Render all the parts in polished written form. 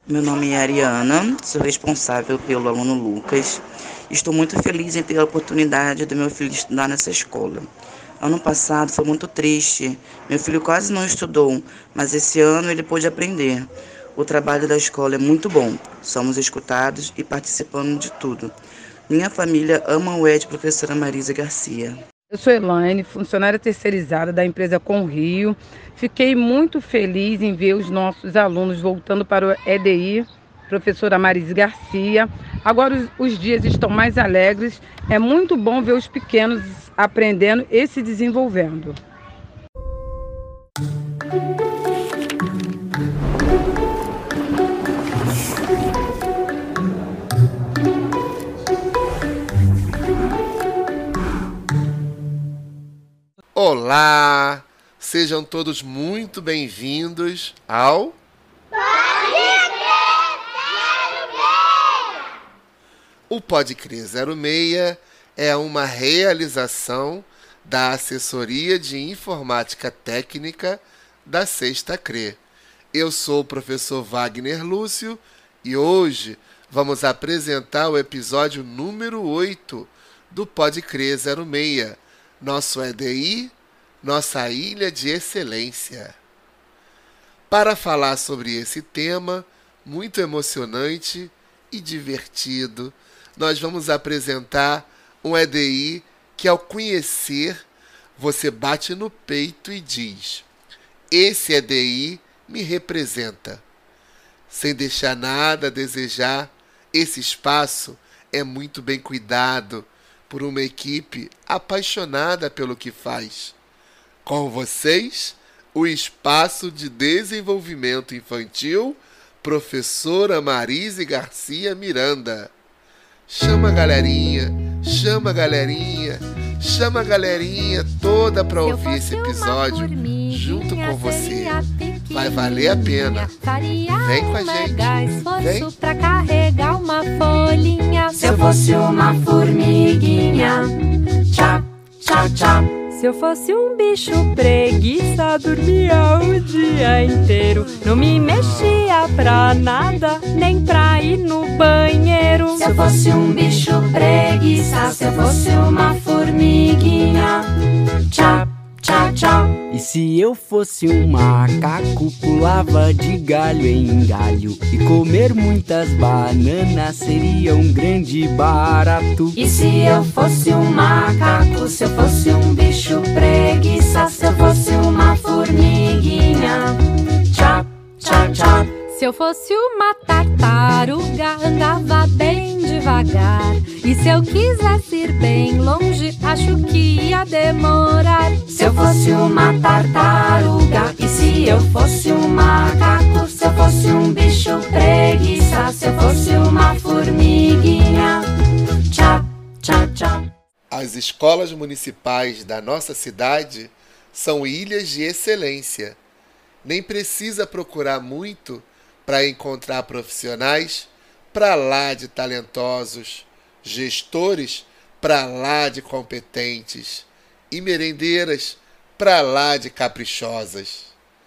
Meu nome é Ariana, sou responsável pelo aluno Lucas. Estou muito feliz em ter a oportunidade do meu filho estudar nessa escola. Ano passado foi muito triste, meu filho quase não estudou, mas esse ano ele pôde aprender. O trabalho da escola é muito bom, somos escutados e participamos de tudo. Minha família ama o professora Marisa Garcia. Eu sou Elaine, funcionária terceirizada da empresa Conrio. Fiquei muito feliz em ver os nossos alunos voltando para o EDI, professora Marise Garcia. Agora os dias estão mais alegres. É muito bom ver os pequenos aprendendo e se desenvolvendo. Olá! Sejam todos muito bem-vindos ao O Pode Crer 06 é uma realização da Assessoria de Informática Técnica da Sexta CRE. Eu sou o professor Wagner Lúcio e hoje vamos apresentar o episódio número 8 do Pode Crer 06, nosso EDI, nossa ilha de excelência. Para falar sobre esse tema muito emocionante e divertido, nós vamos apresentar um EDI que, ao conhecer, você bate no peito e diz: esse EDI me representa. Sem deixar nada a desejar, esse espaço é muito bem cuidado por uma equipe apaixonada pelo que faz. Com vocês, o Espaço de Desenvolvimento Infantil, professora Marise Garcia Miranda. Chama a galerinha, chama a galerinha, chama a galerinha toda para ouvir esse episódio junto com você. Vai valer a pena. Vem com a gente. Vem. Pra carregar uma folhinha. Se eu fosse uma formiguinha, tchá, tchá, tchá. Se eu fosse um bicho preguiça, dormia o dia inteiro. Não me mexia pra nada, nem pra ir no banheiro. Se eu fosse um bicho preguiça, se eu fosse uma formiguinha, tchá, tchá, tchá. E se eu fosse um macaco, pulava de galho em galho, e comer muitas bananas seria um grande barato. E se eu fosse um macaco, se eu fosse um bicho preguiça, se eu fosse uma formiguinha, tchá, tchá, tchá. Se eu fosse uma tartaruga, andava bem devagar. E se eu quisesse ir bem longe, acho que ia demorar. Se eu fosse uma tartaruga, e se eu fosse um macaco, se eu fosse um bicho preguiça, se eu fosse uma formiguinha, tchá, tchá, tchá. As escolas municipais da nossa cidade são ilhas de excelência. Nem precisa procurar muito para encontrar profissionais para lá de talentosos, gestores para lá de competentes e merendeiras para lá de caprichosas.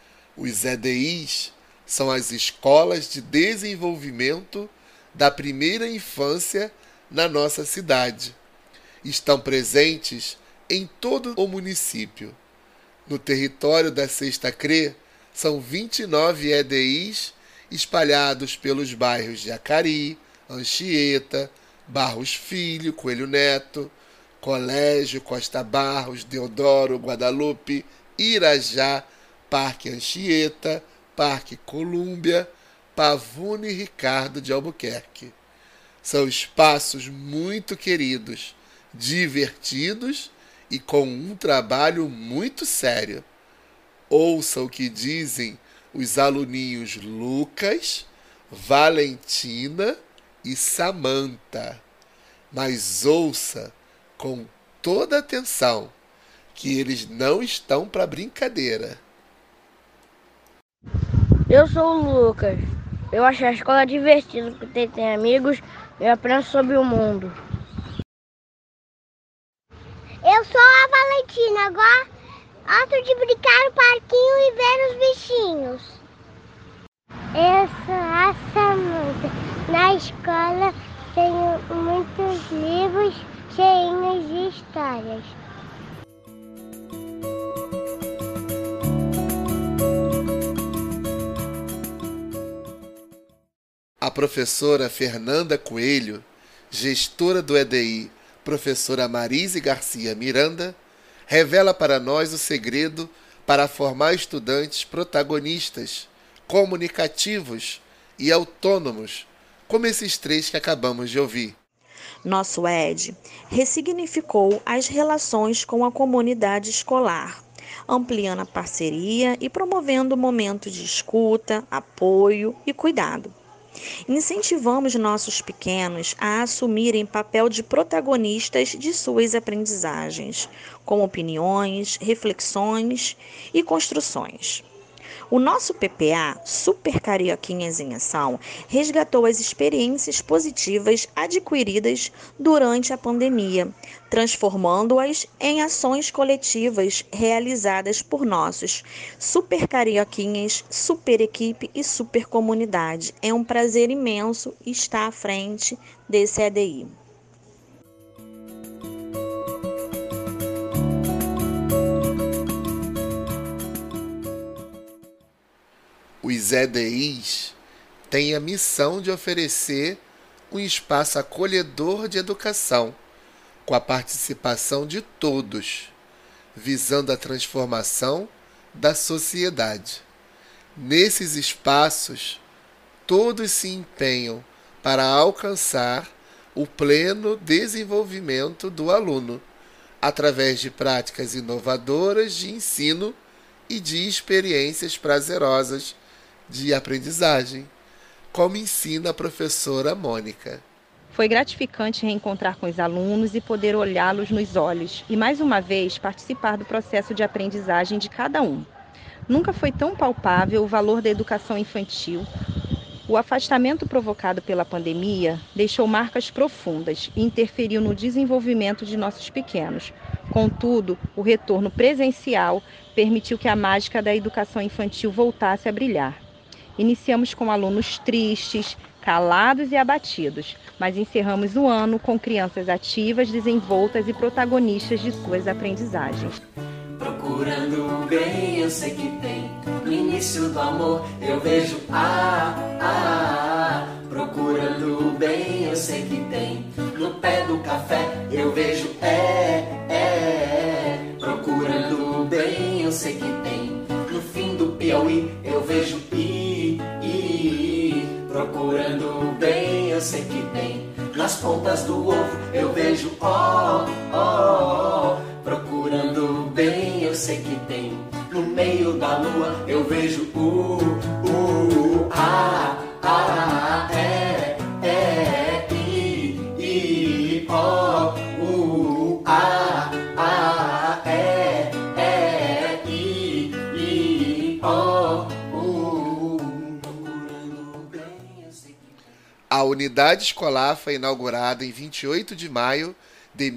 Os EDIs são as escolas de desenvolvimento da primeira infância na nossa cidade. Estão presentes em todo o município. No território da Sexta CRE, são 29 EDIs espalhados pelos bairros de Acari, Anchieta, Barros Filho, Coelho Neto, Colégio Costa Barros, Deodoro, Guadalupe, Irajá, Parque Anchieta, Parque Colúmbia, Pavuna e Ricardo de Albuquerque. São espaços muito queridos, divertidos e com um trabalho muito sério. Ouça o que dizem os aluninhos Lucas, Valentina e Samanta. Mas ouça com toda atenção, que eles não estão para brincadeira. Eu sou o Lucas. Eu acho a escola divertida porque tem amigos e eu aprendo sobre o mundo. Eu sou a Valentina. Gosto de brincar no parquinho e ver os bichinhos. Eu sou a Samanta. escola tenho muitos livros cheios de histórias. A professora Fernanda Coelho, gestora do EDI, professora Marise Garcia Miranda, revela para nós o segredo para formar estudantes protagonistas, comunicativos e autônomos, como esses três que acabamos de ouvir. Nosso ED ressignificou as relações com a comunidade escolar, ampliando a parceria e promovendo momentos de escuta, apoio e cuidado. Incentivamos nossos pequenos a assumirem papel de protagonistas de suas aprendizagens, com opiniões, reflexões e construções. O nosso PPA, Super Carioquinhas em Ação, resgatou as experiências positivas adquiridas durante a pandemia, transformando-as em ações coletivas realizadas por nossos Super Carioquinhas, Super Equipe e Super Comunidade. É um prazer imenso estar à frente desse EDI. Os EDIs têm a missão de oferecer um espaço acolhedor de educação, com a participação de todos, visando a transformação da sociedade. Nesses espaços, todos se empenham para alcançar o pleno desenvolvimento do aluno, através de práticas inovadoras de ensino e de experiências prazerosas de aprendizagem, como ensina a professora Mônica. Foi gratificante reencontrar com os alunos e poder olhá-los nos olhos e, mais uma vez, participar do processo de aprendizagem de cada um. Nunca foi tão palpável o valor da educação infantil. O afastamento provocado pela pandemia deixou marcas profundas e interferiu no desenvolvimento de nossos pequenos. Contudo, o retorno presencial permitiu que a mágica da educação infantil voltasse a brilhar. Iniciamos com alunos tristes, calados e abatidos, mas encerramos o ano com crianças ativas, desenvoltas e protagonistas de suas aprendizagens. Procurando o bem, eu sei que tem. No início do amor, eu vejo Procurando o bem, eu sei que tem. No pé do café, eu vejo Procurando o bem, eu sei que tem. No fim do Piauí, eu vejo Procurando o bem, eu sei que tem. Nas pontas do ovo, eu vejo Procurando o bem, eu sei que tem. No meio da lua, eu vejo A unidade escolar foi inaugurada em 28 de maio de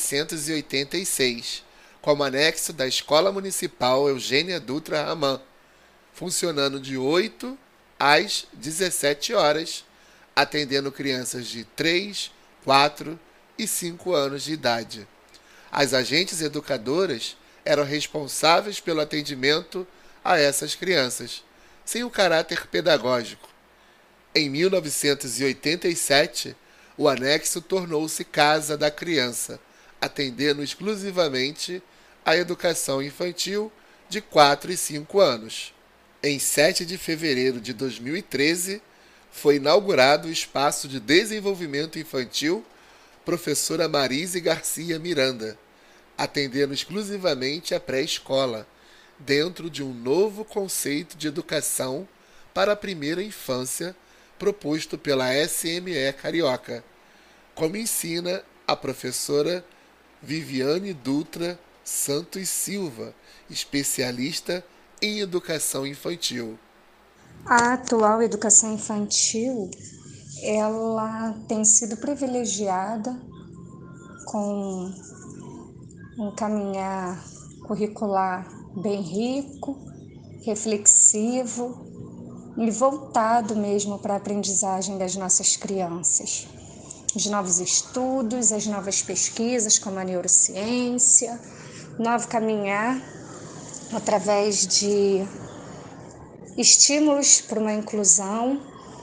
1986, como anexo da Escola Municipal Eugênia Dutra Raman, funcionando de 8 às 17 horas, atendendo crianças de 3, 4 e 5 anos de idade. As agentes educadoras eram responsáveis pelo atendimento a essas crianças, sem o caráter pedagógico. Em 1987, o anexo tornou-se Casa da Criança, atendendo exclusivamente a educação infantil de 4 e 5 anos. Em 7 de fevereiro de 2013, foi inaugurado o Espaço de Desenvolvimento Infantil Professora Marise Garcia Miranda, atendendo exclusivamente a pré-escola, dentro de um novo conceito de educação para a primeira infância proposto pela SME Carioca, como ensina a professora Viviane Dutra Santos Silva, especialista em educação infantil. A atual educação infantil, ela tem sido privilegiada com um caminhar curricular bem rico, reflexivo, e voltado mesmo para a aprendizagem das nossas crianças. Os novos estudos, as novas pesquisas, como a neurociência, novo caminhar através de estímulos para uma inclusão,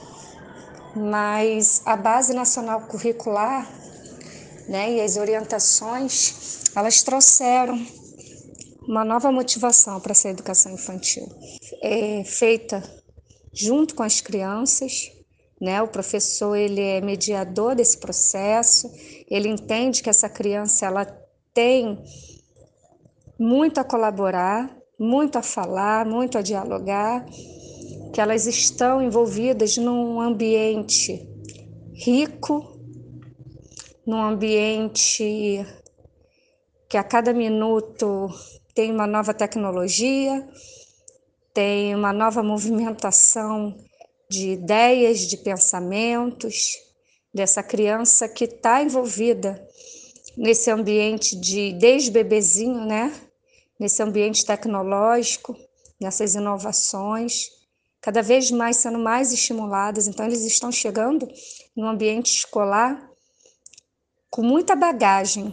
mas a Base Nacional Curricular, e as orientações, elas trouxeram uma nova motivação para essa educação infantil. É feita junto com as crianças, o professor ele é mediador desse processo, ele entende que essa criança ela tem muito a colaborar, muito a falar, muito a dialogar, que elas estão envolvidas num ambiente rico, num ambiente que a cada minuto tem uma nova tecnologia, tem uma nova movimentação de ideias, de pensamentos, dessa criança que está envolvida nesse ambiente desde bebezinho, nesse ambiente tecnológico, nessas inovações, cada vez mais sendo mais estimuladas. Então, eles estão chegando no ambiente escolar com muita bagagem.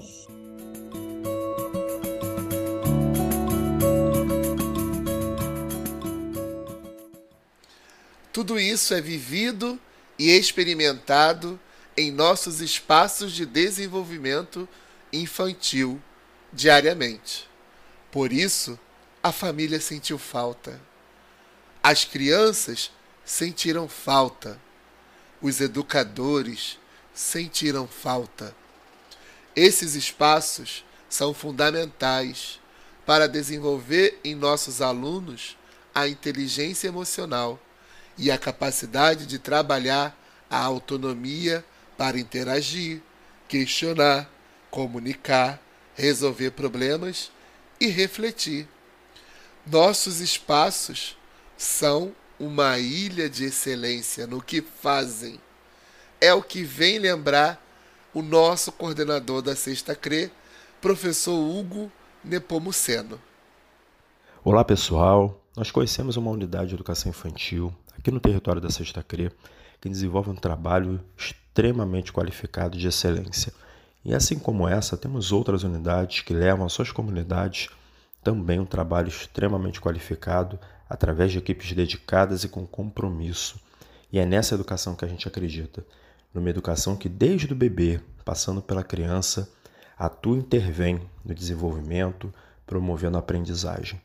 Tudo isso é vivido e experimentado em nossos espaços de desenvolvimento infantil diariamente. Por isso, a família sentiu falta. As crianças sentiram falta. Os educadores sentiram falta. Esses espaços são fundamentais para desenvolver em nossos alunos a inteligência emocional e a capacidade de trabalhar a autonomia para interagir, questionar, comunicar, resolver problemas e refletir. Nossos espaços são uma ilha de excelência no que fazem. É o que vem lembrar o nosso coordenador da Sexta CRE, professor Hugo Nepomuceno. Olá pessoal, nós conhecemos uma unidade de educação infantil aqui no território da Sexta CRE que desenvolve um trabalho extremamente qualificado de excelência. E assim como essa, temos outras unidades que levam às suas comunidades também um trabalho extremamente qualificado através de equipes dedicadas e com compromisso. E é nessa educação que a gente acredita, numa educação que desde o bebê, passando pela criança, atua e intervém no desenvolvimento, promovendo a aprendizagem.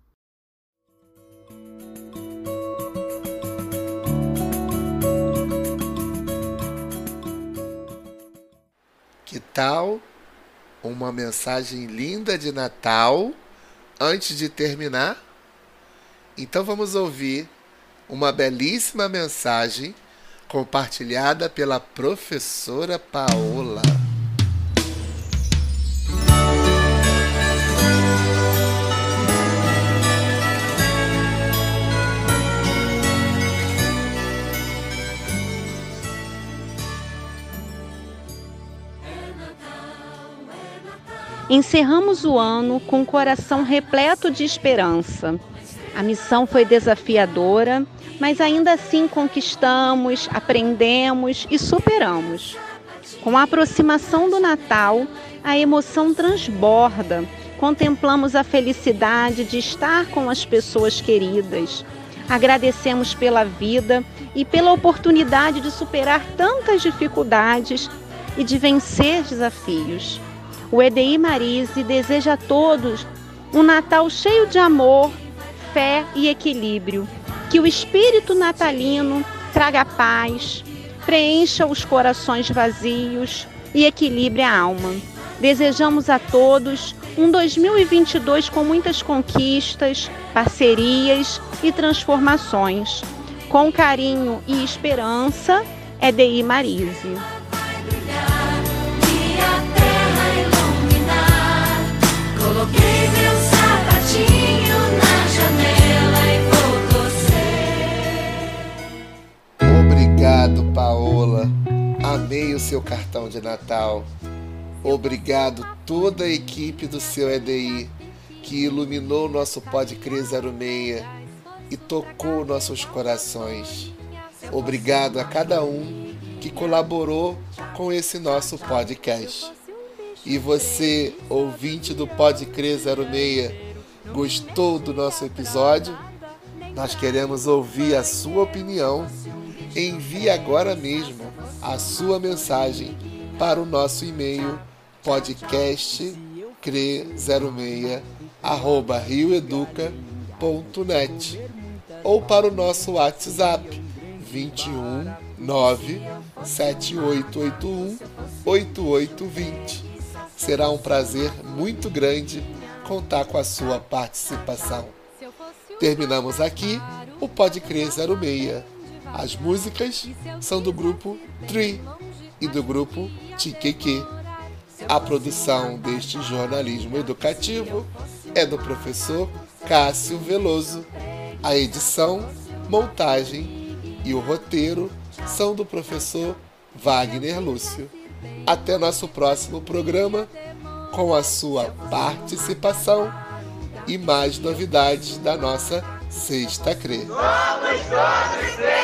Que tal uma mensagem linda de Natal antes de terminar? Então vamos ouvir uma belíssima mensagem compartilhada pela professora Paola. Encerramos o ano com o coração repleto de esperança. A missão foi desafiadora, mas ainda assim conquistamos, aprendemos e superamos. Com a aproximação do Natal, a emoção transborda. Contemplamos a felicidade de estar com as pessoas queridas. Agradecemos pela vida e pela oportunidade de superar tantas dificuldades e de vencer desafios. O EDI Marise deseja a todos um Natal cheio de amor, fé e equilíbrio. Que o espírito natalino traga paz, preencha os corações vazios e equilibre a alma. Desejamos a todos um 2022 com muitas conquistas, parcerias e transformações. Com carinho e esperança, EDI Marise. Coloquei meu sapatinho na janela e vou torcer. Obrigado, Paola. Amei o seu cartão de Natal. Obrigado toda a equipe do seu EDI que iluminou o nosso Pode Crer 06. e tocou nossos corações. Obrigado a cada um que colaborou com esse nosso podcast. E você, ouvinte do Pode Crer 06, gostou do nosso episódio? Nós queremos ouvir a sua opinião. Envie agora mesmo a sua mensagem para o nosso e-mail podcastcre06@rioeduca.net ou para o nosso WhatsApp 21 97881 8820. Será um prazer muito grande contar com a sua participação. Terminamos aqui o Pode Crer 06. As músicas são do grupo Tri e do grupo Tiqueque. A produção deste jornalismo educativo é do professor Cássio Veloso. A edição, montagem e o roteiro são do professor Wagner Lúcio. Até nosso próximo programa, com a sua participação e mais novidades da nossa Sexta CRE. Vamos todos ver!